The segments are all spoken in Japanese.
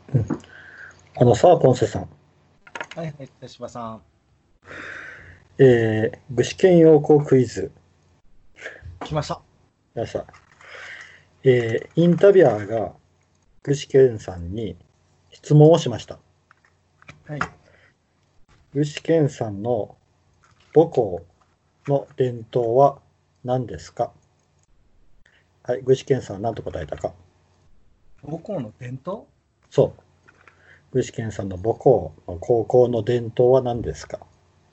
うん、さあ、ポンセさん、 はいはい、手島さん。 具志堅用高クイズ来ました。 やさ、インタビュアーが具志堅さんに質問をしました。 はい。 具志堅さんの母校の伝統は何ですか？はい、具志堅さんは何と答えたか。 母校の伝統。 そう、具志堅さんの母校の高校の伝統は何ですか？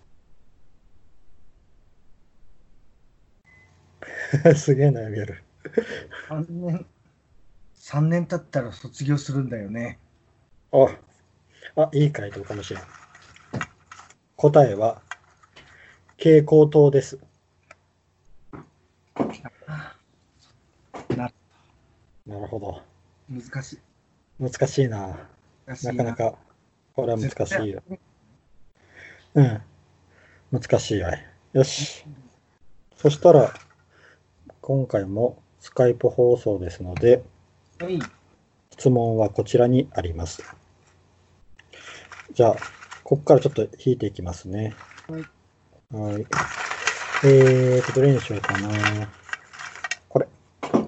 すげえ悩みある。 3年、3年経ったら卒業するんだよね。 あ、いい回答かもしれん。答えは蛍光灯です。 あな、 なるほど。 難しい。 難しいな。 難しいな。 なかなか、これは絶対。 難しいよ。うん、難しいやい。よし。そしたら、今回もスカイプ放送ですので、 はい。 質問はこちらにあります。じゃあ、ここからちょっと引いていきますね。 はい。 はい。どれにしようかな。これ。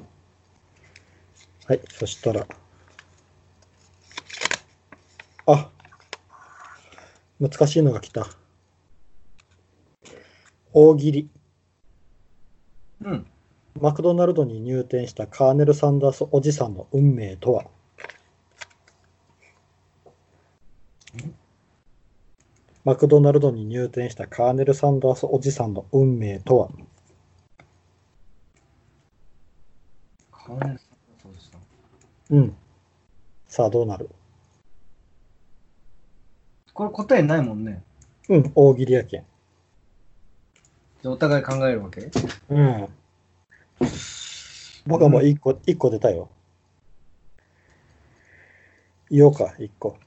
はい。そしたら、あ、難しいのが来た。大喜利。 うん。 マクドナルドに入店したカーネル・サンダースおじさんの運命とは？マクドナルドに入店したカーネル・サンダースおじさんの運命とは？ カーネルさん、そうでした。 うん。さあ、どうなる？ これ答えないもんね。 うん、大喜利やけん。 じゃあお互い考えるわけ。 うん。僕はもううん。 一個出たよ。言おうか、一個。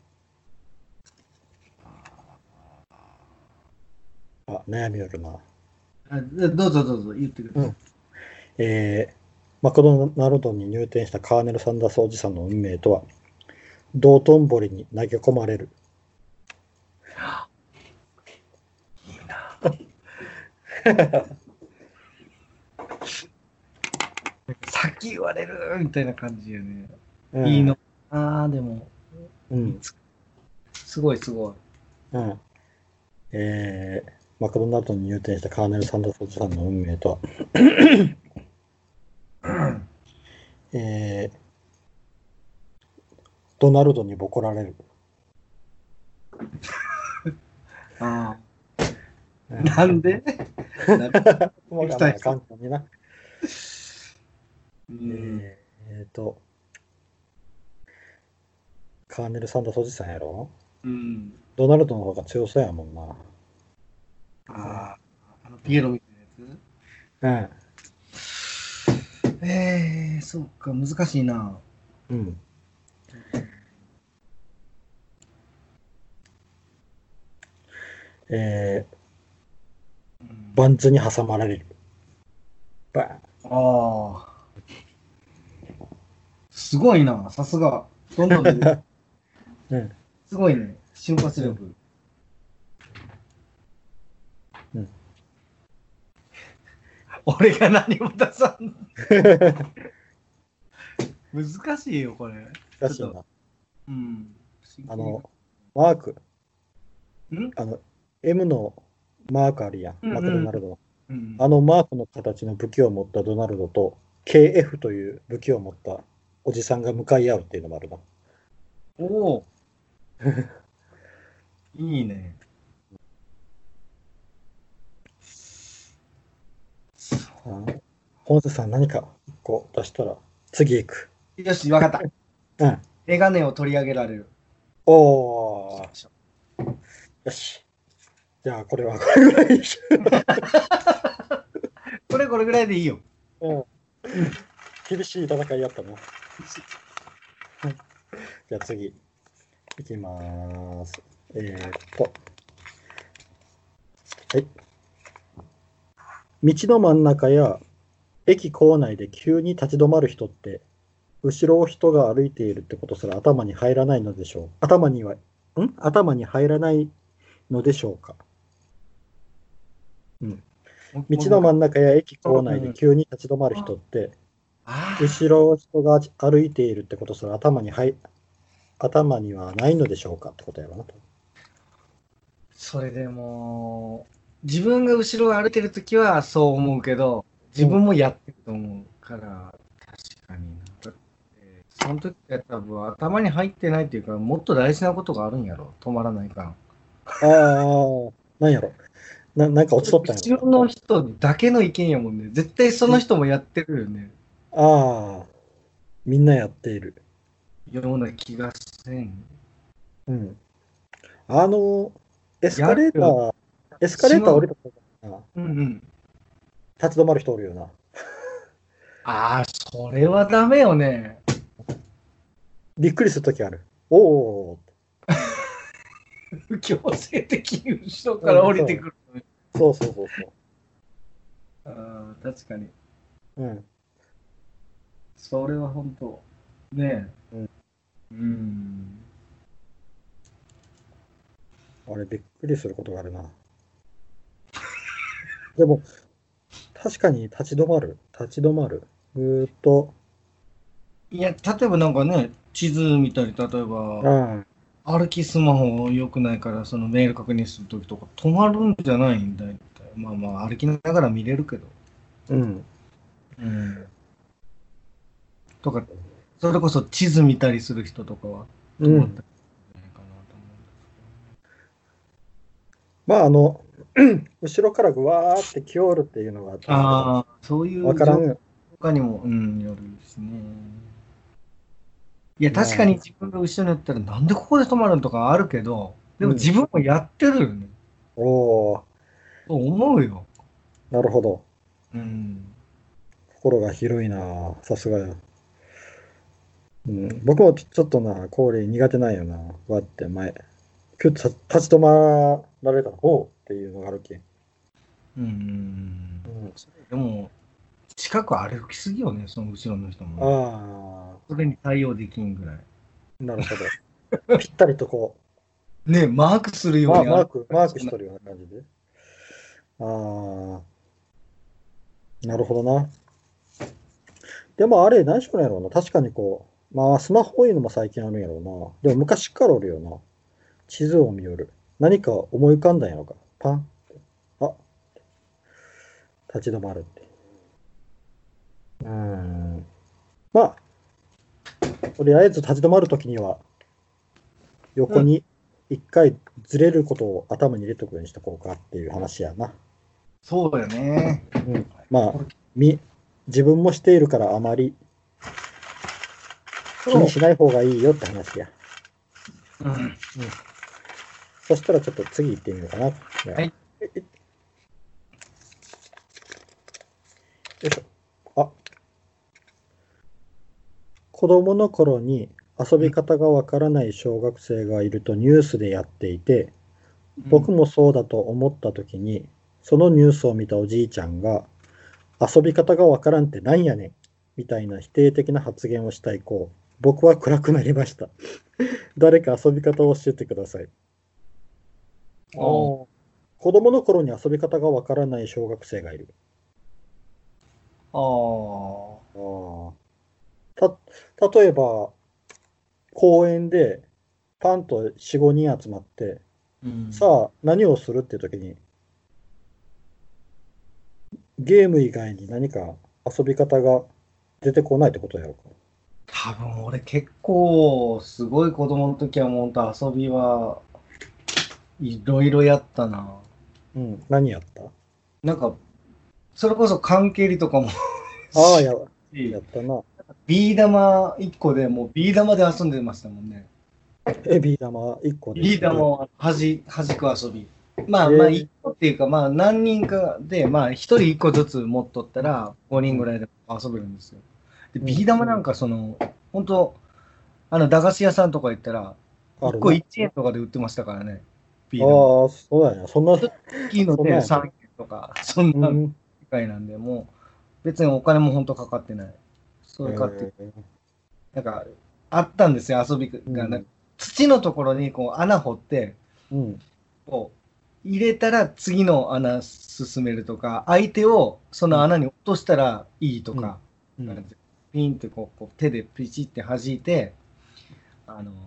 悩みあるな。 どうぞどうぞ言ってください。 うん。えー、マクドナルドに入店したカーネル・サンダースおじさんの運命とは、道頓堀に投げ込まれる。 いいな。先言われるみたいな感じよね。 うん、 いいの。ああ、でも、 うん、 すごいすごい。 うん。マクドナルドに入店したカーネル・サンダースおじさんの運命とは、えー、ドナルドにボコられる。 ああ。 うん。 なんでなるまあまあ、 行きたい人。 簡単にな。 うん。 カーネル・サンダースおじさんやろ？ うん。 ドナルドの方が強そうやもんな。 ああ、ピエロみたいなやうん。 つ。そうか、難しいな。 うん。えうん、 バンズに挟まれる。バああ、すごいな、さすが。どんどん出てくる。 ーン。うん。 すごいね、瞬発うん。 力。 うん。 俺が何も出さん。難しいよ、これ。ちょっと、 難しいな。 うん。真剣に。 あの、マーク、 んあの、M のマークあるやん、マクドうんうんナルド。 うん。 あのマークの形の武器を持ったドナルドと、KF という武器を持ったおじさんが向かい合うっていうのもあるな。 おお、いいね。 ポンセさん何かこう出したら次行く。 よし、わかった。 うん。 メガネを取り上げられる。 おー、よし。じゃあこれはこれぐらいにしよこれぐらいでいいよ。 う。うん。厳しい戦いやったな。じゃあ次、いきます。はい。道の真ん中や駅構内で急に立ち止まる人って後ろを人が歩いているってことすら頭に入らないのでしょう。頭に入らないのでしょうか。うん。道の真ん中や駅構内で急に立ち止まる人って、後ろを人が歩いているってことすら頭にはないのでしょうかってことやろなと。 それでも自分が後ろを歩いてるときはそう思うけど、自分もやってると思うから、確かにな。だってその時は多分頭に入ってないっていうか、もっと大事なことがあるんやろ。止まらないから。 ああ、なんやろ。なんか落ちとったんやろ。 後ろの人だけの意見やもんね。絶対その人もやってるよね。 ああ、みんなやっている。 ような気がせん。 うん。あの、エスカレータやるー、エスカレーター降りた時な、 うんうん。 立ち止まる人おるよな。 ああ、それはダメよね。 びっくりするときある。おお、 強制的に後ろから降りてくる、ね。 そうそうそうそう。 ああ、確かに。 うん。 それは本当。ねうん、 え。うん。 あれ、びっくりすることがあるな。でも、確かに立ち止まる。ぐーっと、 いや、例えばなんかね、地図見たり、例えば、 うん、 歩きスマホ良くないから、そのメール確認するときとか、止まるんじゃないんだい。まあまあ、歩きながら見れるけど。 うん、 うん。とか、それこそ地図見たりする人とかは、 うん。 止まったりしないかなと思まあ、後ろからぐわーって来おるっていうのがあったらあれかもしああ、そういれない。わう状からん。 況にも、うん、よるしね。いや、確かにまあ、 自分が後ろにやったら、なんでここで止まるのとかあるけど、でもうん。 自分もやってるよね。 おー、 そう思うよ。 なるほど。 うん。 心が広いな。さすがや。うん、僕もちょっとな、氷苦手なんよな。わって前。キュッと立ち止まられたら、おうっていうのがあるけん。 うん。 うん、 でも、近く歩きすぎよね、その後ろの人もね。 あそれに対応できんぐらい。 あ、なるほど。ぴったりとこね、マークするう、 ように歩くマークしかない。 しとるような感じで。ああ、なるほどな。でもあれ、何しろやろうな。確かにこう、まあ、スマホいうのも最近あるんやろうな。でも昔からおるよな。地図を見よる。何か思い浮かんだんやろか。パン。あ、立ち止まるって。うーん。まあ、とりあえず立ち止まるときには、横うん、 に一回ずれることを頭に入れておくようにしとこうかっていう話やな。 そうよね。 うん。まあ、自分もしているからあまり気にそしない方がいいよって話や。 う。うん。 うん。そしたらちょっと次行ってみようかな。じゃあ、 はい。 よいしょ。あ、子供の頃に遊び方がわからない小学生がいるとニュースでやっていて、 うん。 僕もそうだと思った時に、そのニュースを見たおじいちゃんが、遊び方がわからんってなんやねんみたいな否定的な発言をした以降、僕は暗くなりました。誰か遊び方を教えてください。 ああ。 子供の頃に遊び方がわからない小学生がいる。 ああ。 あー例えば、公園でパンと4、5人集まって、 うん。 さあ何をするっていう時に、ゲーム以外に何か遊び方が出てこないってことやろうか。 多分俺結構すごい子供の時はもう本当遊びはいろいろやったな。 うん、何やった？ なんか、それこそ缶蹴りとかもああ、 し、 やったな。 ビー玉1個でもうビー玉で遊んでましたもんね。 ビー玉1個でっビーてどういう？ 玉を弾く遊び。まあまあ1 えー、 個っていうかまあ何人かでまあ1人1個ずつ持っとったら5 うん、 人ぐらいで遊べるんですよ。で、 うん、 ビー玉なんかその、本当駄菓子屋さんとか行ったら1個あるな。 1円とかで売ってましたからね。ビー玉。 ああ、そうだよ。 ちょっと大きいのでそんなんやった。 3円とか、そんなうん、 世界なんで、もう別にお金も本当かかってない。それ買って、 えーなんか、あったんですよ、遊びが。なんか土のところにこう穴掘って、 うん。 こう、入れたら次の穴進めるとか、相手をその穴に落としたらいいとうん。 か、 うん。 ピンってこう手でピチって弾いて、あの、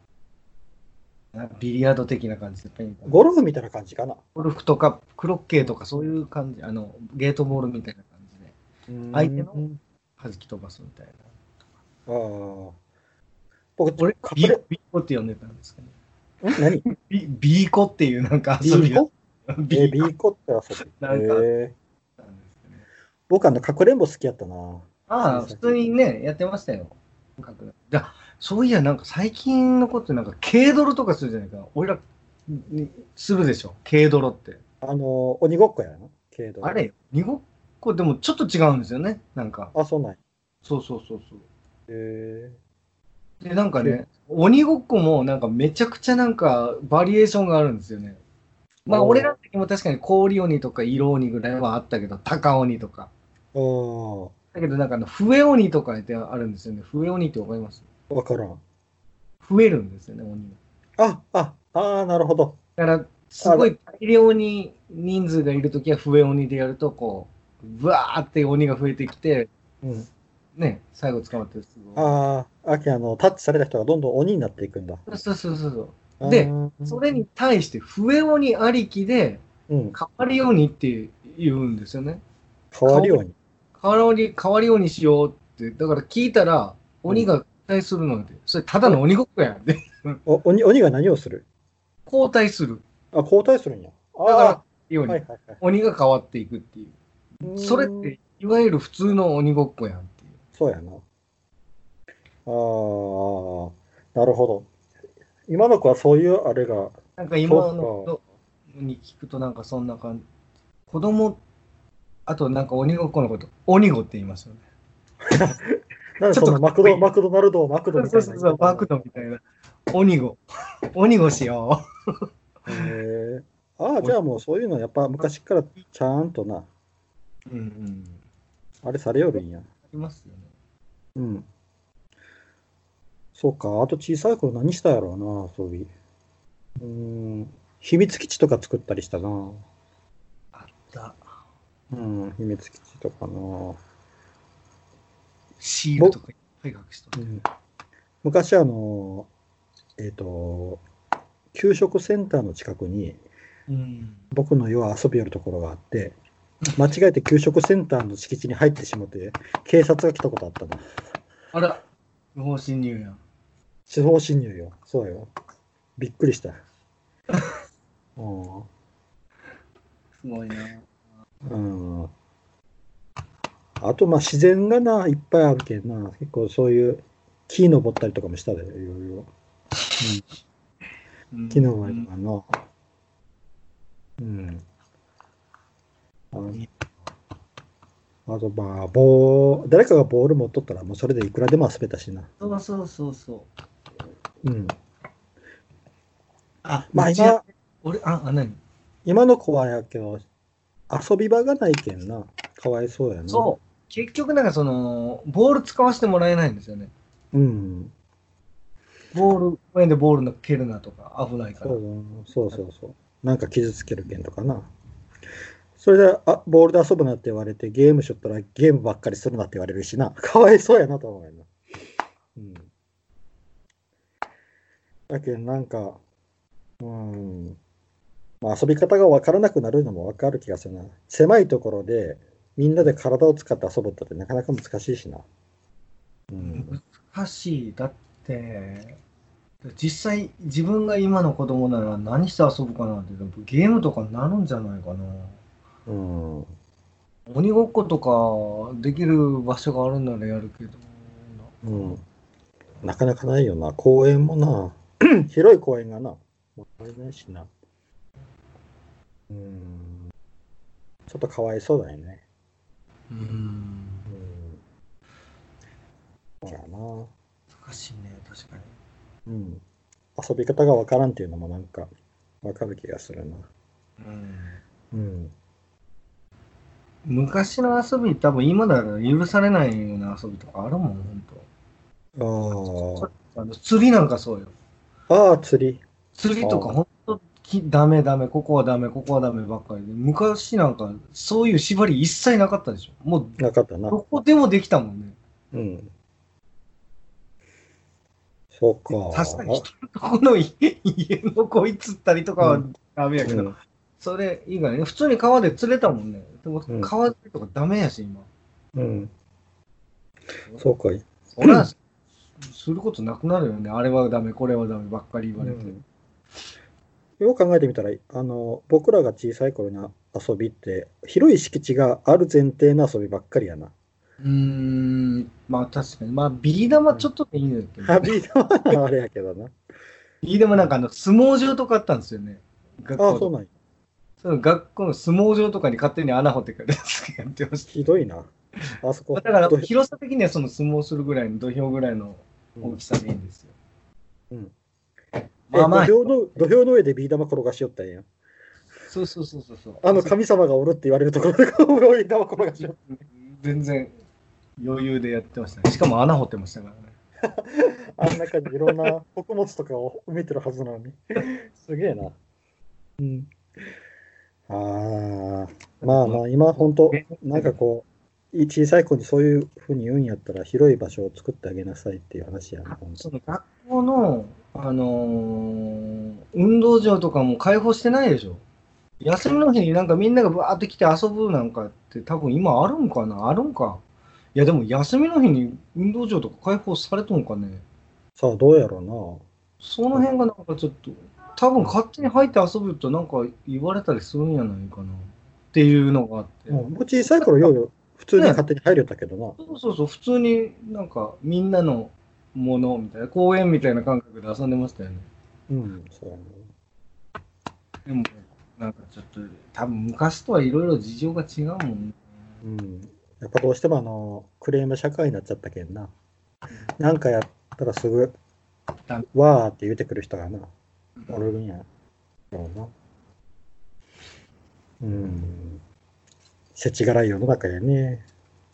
ビリヤード的な感じでペンポン。 ゴルフみたいな感じかな。 ゴルフとかクロッケうん。 ーとかそういう感じ、ゲートボールみたいな感じで、 うー相手のん。 弾き飛ばすみたいな。 ああ。僕、 俺、 隠れ、 ビーコって呼んでたんですけど、 何ビーコっていうなんか遊びが、 ビーコビーコビーコって遊び。 なんかあっえ。 たんですけどね。 僕かくれんぼ好きやったな。 ああ、普小さい。 通にね、やってましたよ。そういや、なんか最近のことなんか軽泥とかするじゃないかな。俺らにするでしょ、軽泥って。 鬼ごっこやな。軽度の。 あれ、二ごっこでもちょっと違うんですよね。なんか。 あ、そうなんや。 そうそうそうそう。 えで、なんか軽ね、鬼ごっこもなんかめちゃくちゃなんかバリエーションがあるんですよね。まあ俺らのお時も確かに氷鬼とか色鬼ぐらいはあったけど、高鬼とか。 おだけどなんか笛鬼とかってあるんですよね。笛鬼ってわかります？ わからん。 増えるんですよね、鬼が。 なるほど。 だから、すあ、 ごい大量に人数がいるときは笛鬼でやると、こう、ブワーって鬼が増えてきて、 うん。 ね、最後捕まってすごい。 タッチされた人がどんどん鬼になっていくんだ。 そうそうそうそう。で、 あそれーに対して笛鬼ありきで、 うん。 変わり鬼って言うんですよね。変わり、 変わり鬼。 変わり鬼しようって、だから聞いたら、 うん。 鬼が交代するので、それただの鬼ごっこやんで、 鬼が何をする？ 交代する。 交代するんや。 だから、 はい鬼。 はいはい。 鬼が変わっていくっていう。 うそれっーん。 て、いわゆる普通の鬼ごっこやんっていう。 そうやな。なるほど。今の子はそういうあれが、 なんかそう今の人か。 に聞くとなんかそんな感じ。子供、あとなんか鬼ごっこのこと、鬼ごって言いますよね。 なんでちょっとそのかっこいい。 マクドナルドをマクドそうみたいなそうそうそう、マク言い方なの？ ドみたいな。鬼ご。鬼ごしよえじう。 ゃあもうそういうのやっぱ昔からちゃんとな、 うんうん。 あれされよるんや。 ありますよね。 うん。そうか。あと小さい頃何したやろうな、遊び。うーん。秘密基地とか作ったりしたな。 あった。 うん、秘密基地とかな。 シールぼ、 とかいっぱい隠しとって。 うん、昔えっと、給食センターの近くにうん。 僕の要は遊びよるところがあって、間違えて給食センターの敷地に入ってしまって、警察が来たことあったな。 あら、不法侵入やん。 司法侵入よ。そうよ。びっくりした。うすごいな。 ん。うん。あと、まあ、自然がな、いっぱいあるけんな。結構そういう木登ったりとかもしたで、いろいろ。うん。 う木登りん。 とかな。うん。 いと、まあ、誰かがボール持っとったら、もうそれでいくらでも遊べたしな。 そうそうそうそう。 うん。 打ち合い。 まあ俺、何？ 今の子はやけど、遊び場がないけんな。かわいそうやな。 そう。結局なんかボール使わせてもらえないんですよね。 うん。 公園でボールの蹴るなとか危ないから。 そう。なんか傷つけるけんとかな。それで、ボールで遊ぶなって言われて、ゲームしよったらゲームばっかりするなって言われるしな。かわいそうやなと思うよな。うん。だけどなんか、うん。まあ、遊び方が分からなくなるのも分かる気がするな。狭いところでみんなで体を使って遊ぶってなかなか難しいしな。うん。 難しい。だって、実際自分が今の子供なら何して遊ぶかなって、ゲームとかになるんじゃないかな。 うん。 鬼ごっことかできる場所があるんならやるけど、 うん。なかなかないよな。公園もな。広い公園がな。あれないしな。うん。ちょっとかわいそうだよね。 うん。 うん。そうやな。 難しいね、確かに。 うん。遊び方が分からんっていうのもなんか分かる気がするな。 うん。 うん。 昔の遊び、多分今なら許されないような遊びとかあるもん、ほんと。 あ釣りなんかそうよ。 あ。ああ、釣り。 釣りとかああ、 本当ダメダメ、ここはダメ、ここはダメばっかりで、昔なんかそういう縛り一切なかったでしょ。もうなかったな。 どこでもできたもんね。 うん。そうさすがにか。 人のとこの家のこい釣ったりとかはうん。 ダメやけど、 うん。 それ以外ね、普通に川で釣れたもんね。でもうん。 川釣りとかダメやし、今。 うん。そうかい。 そら、することなくなるよね。あれはダメ、これはダメばっかり言われて。 うん。よく考えてみたら、僕らが小さい頃の遊びって、広い敷地がある前提の遊びばっかりやな。 まあ確かに。まあビー玉うん。 ちょっとでいいんだけどね。 ハビー玉はあれやけどな。 ビー玉うん。 なんか相撲場とかあったんですよね。学ああ、 校とか。 そうなんや。 その学校の相撲場とかに勝手に穴掘ってくるやつやってました。 ひどいな。あそこ、 まあだから広さ的にはその相撲するぐらいの土俵ぐらいのうん。 大きさでいいんですよ。 うん。 まあ、 土俵の上でビー玉転がしよったんや。 そうそうそうそうそう。 あの神様がおるって言われるところで、こうビー玉転がしよっ全然余裕でやってましたね。しかも穴掘ってましたからね。 た。あん中にいろんな穀物とかを埋めてるはずなのに。すげえな。うん。ああ、まあまあ、今本当、なんかこう、小さい子にそういうふうに言うんやったら、広い場所を作ってあげなさいっていう話やな、本当。 その学校の、運動場とかも開放してないでしょ。休みの日になんかみんながバーって来て遊ぶなんかって多分今あるんかな、あるんか。いやでも休みの日に運動場とか開放されとんかね。 さあ、どうやろそのうな。 辺がなんかちょっと、多分勝手に入って遊ぶとなんか言われたりするんやないかな。っていうのがあって。 僕小さい頃、よう普通にね、 勝手に入れたけどな。 そうそうそう、普通になんかみんなのものみたいな、公園みたいな感覚で遊んでましたよね。 うん、そうやね。 でも、なんかちょっと、多分昔とはいろいろ事情が違うもんね。 うん。やっぱどうしてもクレーム社会になっちゃったけんな。なんかやったらすぐ、 だわーって言うてくる人がな、おるんやろうな。うん。世知辛い世の中やね。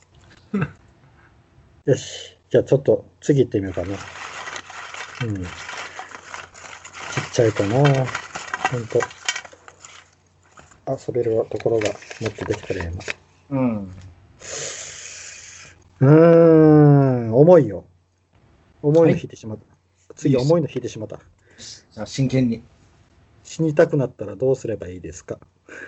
よし。じゃあちょっと次行ってみようかな。うん。ちっちゃいかな。ほんと。遊べるところがもっとできたらいいな。 うん。 重いよ。重いのはい、 引いてしまった。 いいです。 次重いの引いてしまった。 じゃあ真剣に。 死にたくなったらどうすればいいですか？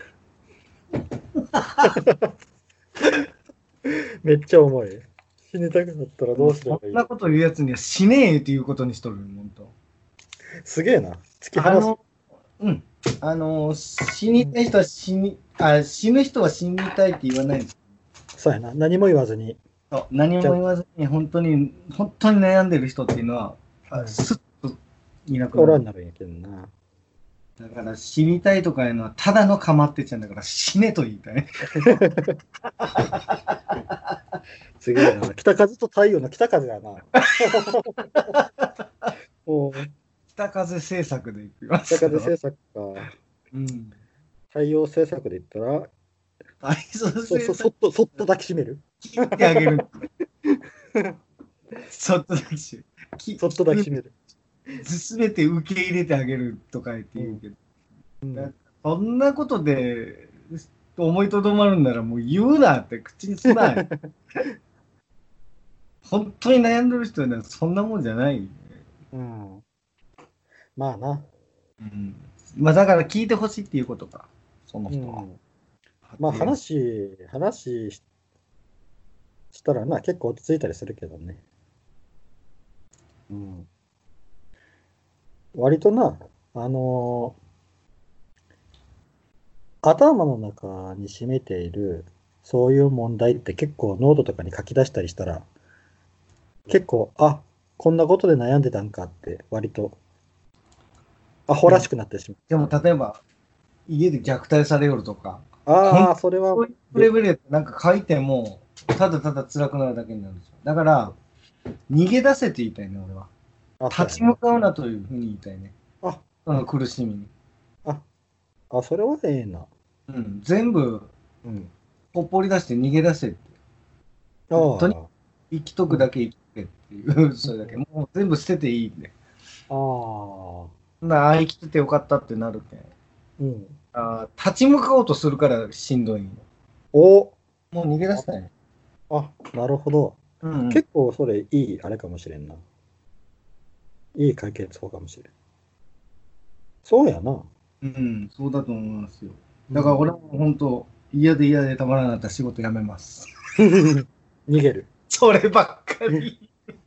めっちゃ重い。死にたくなったらどもううすればいい？ そんなこと言うやつには死ねえっていうことにしとるよ、本当。 すげえな。突き放す。 あの、うん。死にたい人は死ぬ人は死にたいって言わないんです。 そうやな。何も言わずに。 そう何じゃあ、 も言わずに、本当に悩んでる人っていうのは、 うん、 スッといなくなる。 おらんなるんやけどな。 だから死にたいとかいうのはただのかまってちゃんだから死ねと言いたい。 すげえな。北風と太陽の北風やな。もう、 北風政策で言ってま北すよ。 風政策か。 うん。 太陽政策で言ったら、 体操政策そっと抱きしめる。 切ってあげる。そっとだけし、 そっと抱きしめる。 すべて受け入れてあげるとか言ってうん。 言うけど、 うん。 そんなことで思いとどまるんならもう言うなって口にすなよ。本当に悩んでる人はそんなもんじゃないよね。 うん。まあな。 うん。まあだから聞いてほしいっていうことか、その人は。 うん。まあ話したらな、結構落ち着いたりするけどね。うん。割とな、あの頭の中に占めている、そういう問題って結構ノートとかに書き出したりしたら、結構、こんなことで悩んでたんかって、割とアホいや、 らしくなってしまでも例えば家で虐待されよるとか、 う。それは、 そういうレベルでなんか書いても、ただただ辛くなるだけになるんですよ。だから、逃げ出せって言いたいね、俺は。 そうやな。 立ち向かうなというふうに言いたいね。 あ、 その苦しみに。 あ、それはええな。 うん、全部、 うん。 ほっぽり出して逃げ出せって。 あとにかあ、 く生きとうん、 くだけ生きてって。 っていう、それだけ。もう全部捨てていいんで。 ああ、 生きててよかったってなるけん。 うん。 立ち向かおうとするからしんどいんよ。 お、 もう逃げ出したんよ。 あ、なるほど。 うんうん。 結構それいい、あれかもしれんな。いい解決法かもしれん。そうやな。 うん、そうだと思いますよ。 うん。 だから俺も本当、嫌で嫌でたまらなかったら仕事辞めます。 逃げる。 そればっかり。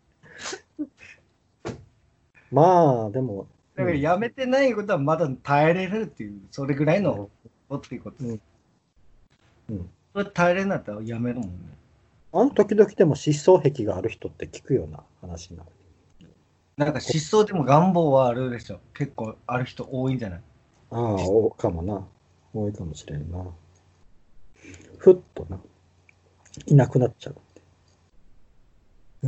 まあ、でも、 だから辞めてないことはまだ耐えれるっていう、それぐらいのなるほことっていうことど。 です。 うん。うん。 それ耐えれるんだったら辞めるもんね。 時々でも失踪癖がある人って聞くような話になる。 なんか失踪でも願望はあるでしょ。結構ある人多いんじゃない？ ああ、おかもな。多いかもしれんな。ふっとな、いなくなっちゃう。うん。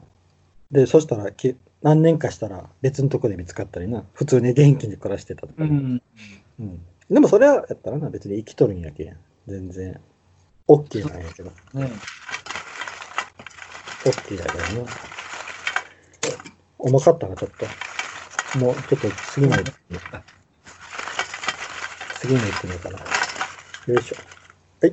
で、そしたら何年かしたら別のとこで見つかったりな。普通に元気に暮らしてたとかな。 うん。 うん。でもそれはやったらな、別に生きとるんやけん。全然、OK なんやけど。 ね、 OK やけどな。重かったな、ちょっと。もうちょっと次の行ってみよう。次の行ってみようかな。よいしょ。はい。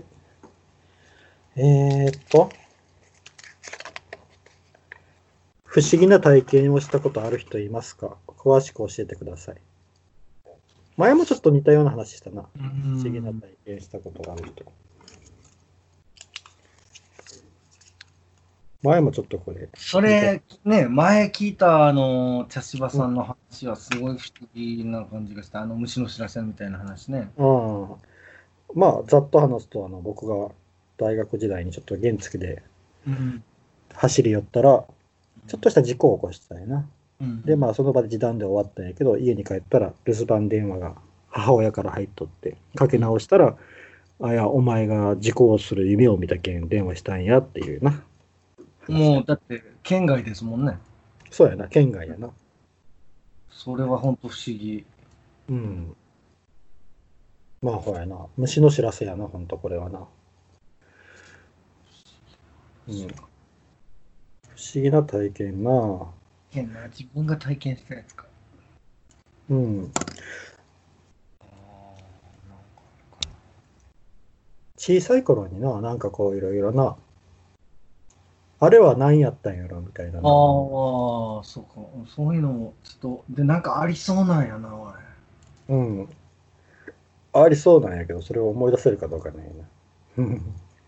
不思議な体験をしたことある人いますか？詳しく教えてください。前もちょっと似たような話したな。不思議な体験したことがある人。前もちょっとこれ。 それ、ね、前聞いた茶芝さんの話はすごい不思議な感じがした。虫の知らせみたいな話ね。 ああ、まあ、ざっと話すと、僕が大学時代にちょっと原付でうん。 走り寄ったら、ちょっとした事故を起こしたんやな。 うん。 で、まあ、その場で示談で終わったんやけど、家に帰ったら留守番電話が母親から入っとって、かけ直したら、いや、お前が事故をする夢を見たけん電話したんやっていうな。 もう、だって、県外ですもんね。 そうやな、県外やな。 それは本当不思議。 うん。まあ、ほやな。虫の知らせやな、ほんとこれはな。うん。不思議な体験な。 変な、自分が体験したやつか。 うん。小さい頃にな、なんかこういろいろな、あれは何やったんやろみたいなな。 ああ、そうか。そういうのも、ちょっと、で、なんかありそうなんやな、おい。 うん。ありそうなんやけど、それを思い出せるかどうかね。うん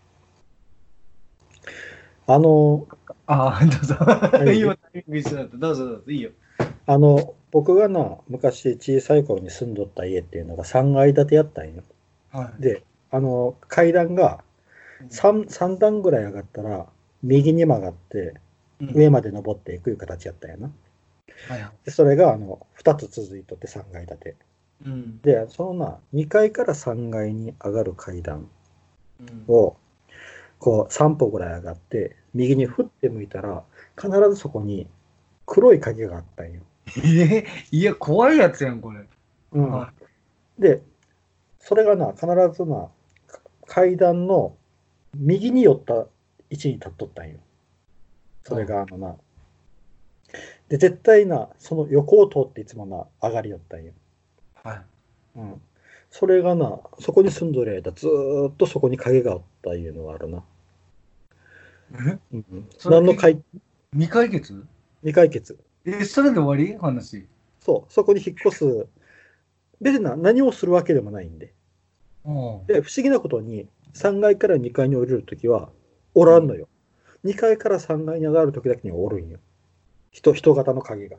あの、 ああ、どうぞ。 はい今タイミング一緒だった。どうぞどうぞ、いいよ。 僕がな、昔小さい頃に住んどった家っていうのが3階建てやったんよ。 はで、階段が3段ぐらい上がったら、右に曲がって、 い。うん。 上まで登っていくいう形やったんやな。 はいはい。 で、それが2つ続いとって3階建て。 うん。 で、その2階から3階に上がる階段うん。 を、こう3歩ぐらい上がって、右に振って向いたら、必ずそこに黒い影があったんよ。 いや、怖いやつやん、これ。 うん。 はで、それが必ず階段の右に寄った位置に立っとったんよ。それがで、絶対その横を通っていつも上がりよったんよ。 い。はい。 うん。それがそこに住んどる間、ずーっとそこに影があったいうのがあるな。 え、 うん。 それ結局何の未解決？ 未解決。 それで終わり話。 そう、そこに引っ越す。別に何をするわけでもないんで。 うん。 で、不思議なことに、3階から2階に降りるときは、おらんのよ。2階から3階に上がるときだけにはおるんよ。人型の影が。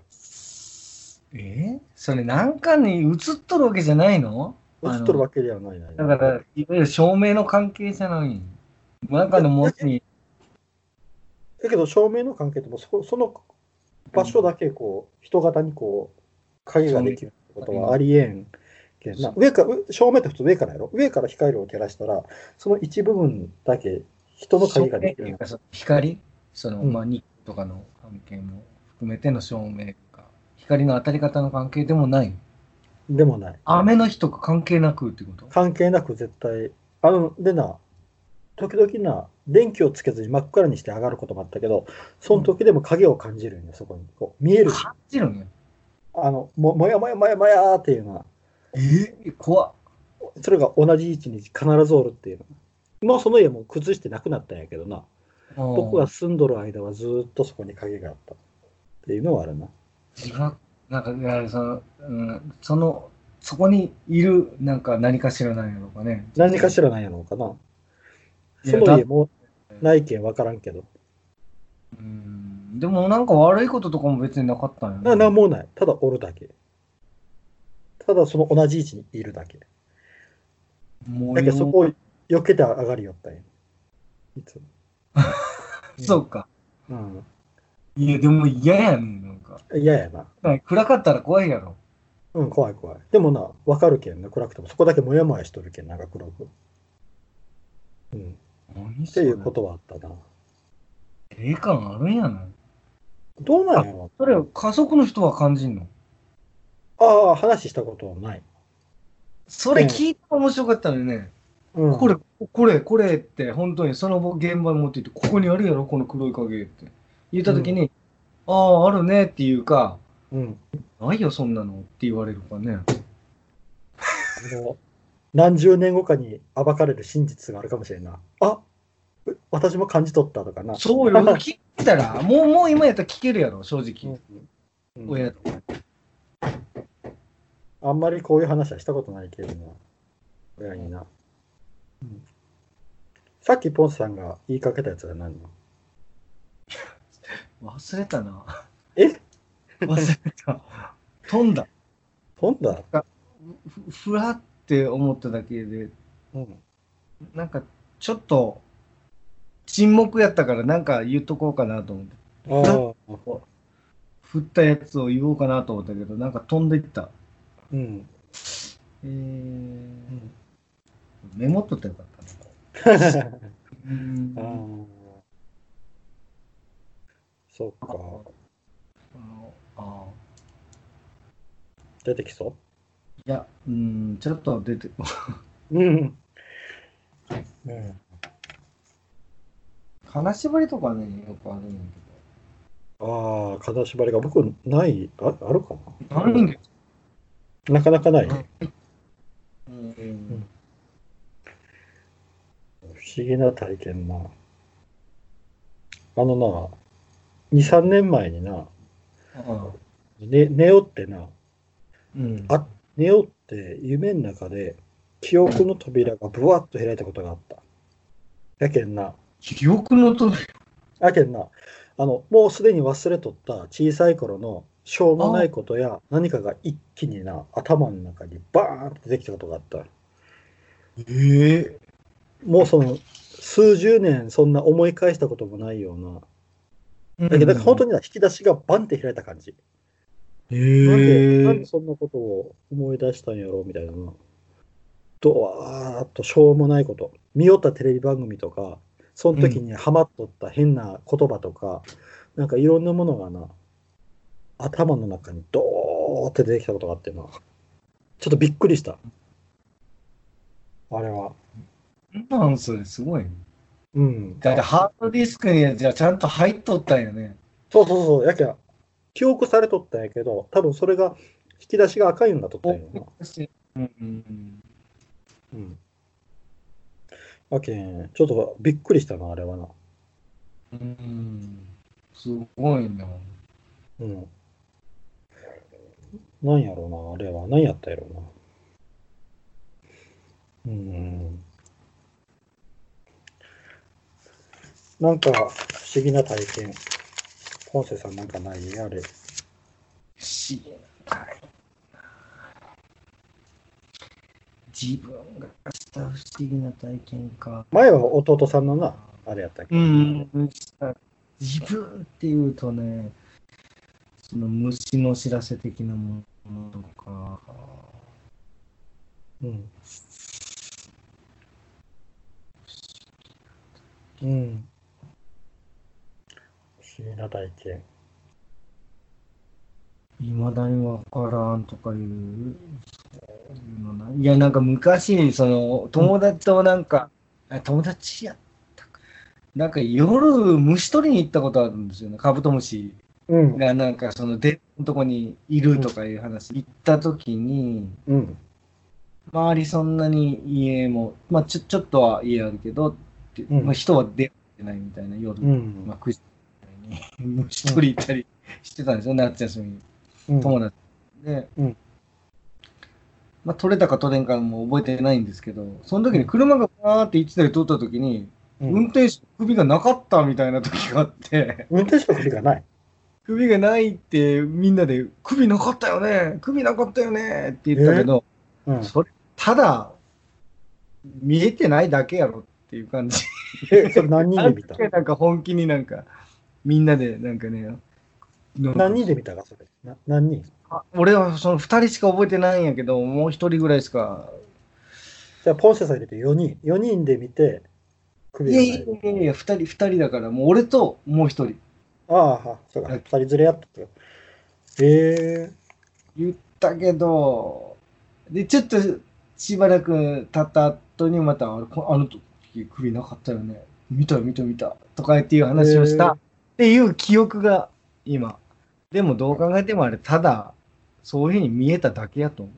それなんかに映っとるわけじゃないの？ 映っとるわけではないないだから、いわゆる照明の関係じゃない。なんかのものに。 だけど、照明の関係ともその場所だけ人型に影ができるってことはありえんけんな。照明って普通上からやろ。上から光を照らしたら、その一部分だけ人の影ができる。 その光、 うん日光とかの関係も含めての照明か、光の当たり方の関係でもない。 でもない。 雨の日とか関係なくってこと？ 関係なく絶対、で時々な、電気をつけずに真っ暗にして上がることもあったけど、その時でも影を感じるんよ、そこに。こう見える。 感じるんや。 もやもやもやもやーっていうのは、 怖っ。 それが同じ位置に必ずおるっていうの。もうその家も崩してなくなったんやけどな、僕が住んどる間はずーっとそこに影があったっていうのはあるな。 自分なんか、いやそこにいる、なんか何かしらなんやろうかね。 何かしらなんやろうかな。そいや、だっての家もないけん分からんけど。 でもなんか悪いこととかも別になかったんやね。 なんもない。ただおるだけ。ただその同じ位置にいるだけ。だけどそこを避けて上がりよったんや。いつも。 そうか。 うん。 いや、でも嫌やねん、なんか。 嫌やな。 暗かったら怖いやろ。 うん、怖い怖い。でもな、分かるけんね、暗くても。そこだけもやもやしとるけん、なんか黒く。うん。って何それ。 いうことはあったな。 霊感あるんやな。 どうなんやろ。 それ、家族の人は感じんの？ ああ、話したことはない。 それ聞いたら面白かったのよね。 うん。 これって、本当にその現場に持って行って、ここにあるやろ、この黒い影って言ったときに、ああ、あるねっていうか、 うん。 ないよ、そんなのって言われるからね。 何十年後かに暴かれる真実があるかもしれんな。あ、私も感じ取ったとかな。 そうよ、聞いたら、もう今やったら聞けるやろ、正直。親と。 あんまりこういう話はしたことないけどな。親にな。さっきポンさんが言いかけたやつは何の？ 忘れたな。 え忘れた。飛んだ。 飛んだ？ ふらって思っただけで、なんかちょっと沈黙やったからなんか言っとこうかなと思って。 ああ。 振ったやつを言おうかなと思ったけど、なんか飛んでいった。 うん。 メモっとったらよかったな。 ああ。そっか。 あ出てきそいや、ちょっと出て、 う？うん。 金縛りとかね、よくあるんやああ、金縛りが僕ない、あるかけど。ないんだよ。 な。なかなかない。不思議な体験な。2、3年前にな、寝よってな、寝よって夢の中で記憶の扉がブワッと開いたことがあった。やけんな、 記憶の扉。 やけんな、もうすでに忘れとった小さい頃のしょうもないことや何かが一気にな、頭の中にバーンと出てきたことがあった。もうその数十年そんな思い返したこともないような。だけど本当にな、引き出しがバンって開いた感じ。なんでそんなことを思い出したんやろうみたいなな。ドワーッとしょうもないこと。見よったテレビ番組とか、その時にハマっとった変な言葉とか、なんかいろんなものがな、頭の中にドーって出てきたことがあってな。ちょっとびっくりした。あれは。 なんそれ、すごいね。 うん。 だってハードディスクにじゃあちゃんと入っとったんやね。 そうそうそう。やけん、記憶されとったんやけど、多分それが、引き出しが赤いんだとったんやな。うん。やけん、ちょっとびっくりしたな、あれはな。 すごいな。 うん。なんやろうな、あれは。何やったやろうな。うん。なんか、不思議な体験。ポンセさんなんかないあれ。 不思議な体験。自分がした不思議な体験か。 前は弟さんのな、あれやったっけ。 自分っていうとね、その虫の知らせ的なものとか、 うん。うん。不思議な体験。 いまだにわからんとかいうのな。いや、なんか昔、その友達となんか、 友達やったか。なんか夜虫取りに行ったことあるんですよね。カブトムシうん。 がなんかその電のとこにいるとかいう話、行った時に、 うん。 周りそんなに家も、まあちょっとは家あるけど、ってうんまあ、人は出てないみたいな夜、 うんまあ9時ぐらいに虫取り行ったりしてたんですよ、夏休みに。 うん。 友達で、 うんまあ取れたか取れんかも覚えてないんですけど、その時に車がバーって1台通った時に、 うん運転手の首がなかったみたいな時があって、 運転手の首がない。 首がないってみんなで、首なかったよね、首なかったよねって言ったけど、 うん。 それ、ただ、見えてないだけやろっていう感じ。 それ何人で見た？ なんか本気になんか、みんなでなんかね、なんか何人で見たか、それ。何人？ 俺はその2人しか覚えてないんやけど、もう1人ぐらいしか。 じゃあ、ポンセさん入れて4人。4人で見て、首いやいがない。 やいやいや、2人だから、もう俺ともう1人。 ああ、そうか。2人連れやったってこと。 言ったけど、で、ちょっとしばらく経った後にまた、あの時首なかったよね。見た見た見た。とかっていう話をしたっていう記憶が今。でもどう考えてもあれ、ただ、そういうふうに見えただけやと思う。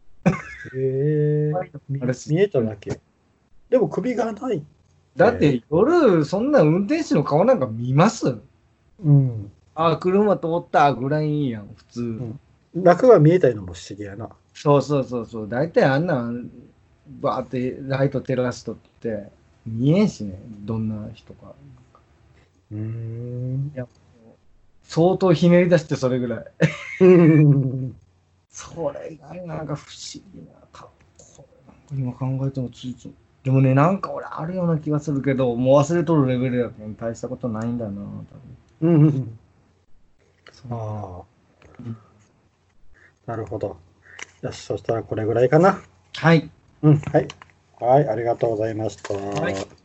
見えただけ。でも首がない。 だって夜、そんな運転手の顔なんか見ます？ うん。 あ、車通ったぐらいやん、普通。 中が見えたのも不思議やな。 そうそうそうそう。大体あんなんバーってライト照らすとって見えんしね、どんな人か。 うーん。 いや、相当ひねり出してそれぐらい。 うんそれがなんか不思議な。これ今考えてもついつい。でもね、なんか俺あるような気がするけど、もう忘れとるレベルやけん大したことないんだな、多分。 うん。 そんなああ、なるほど。よし、そしたらこれぐらいかな。 はい。 うん、はい。はい、ありがとうございました。 はい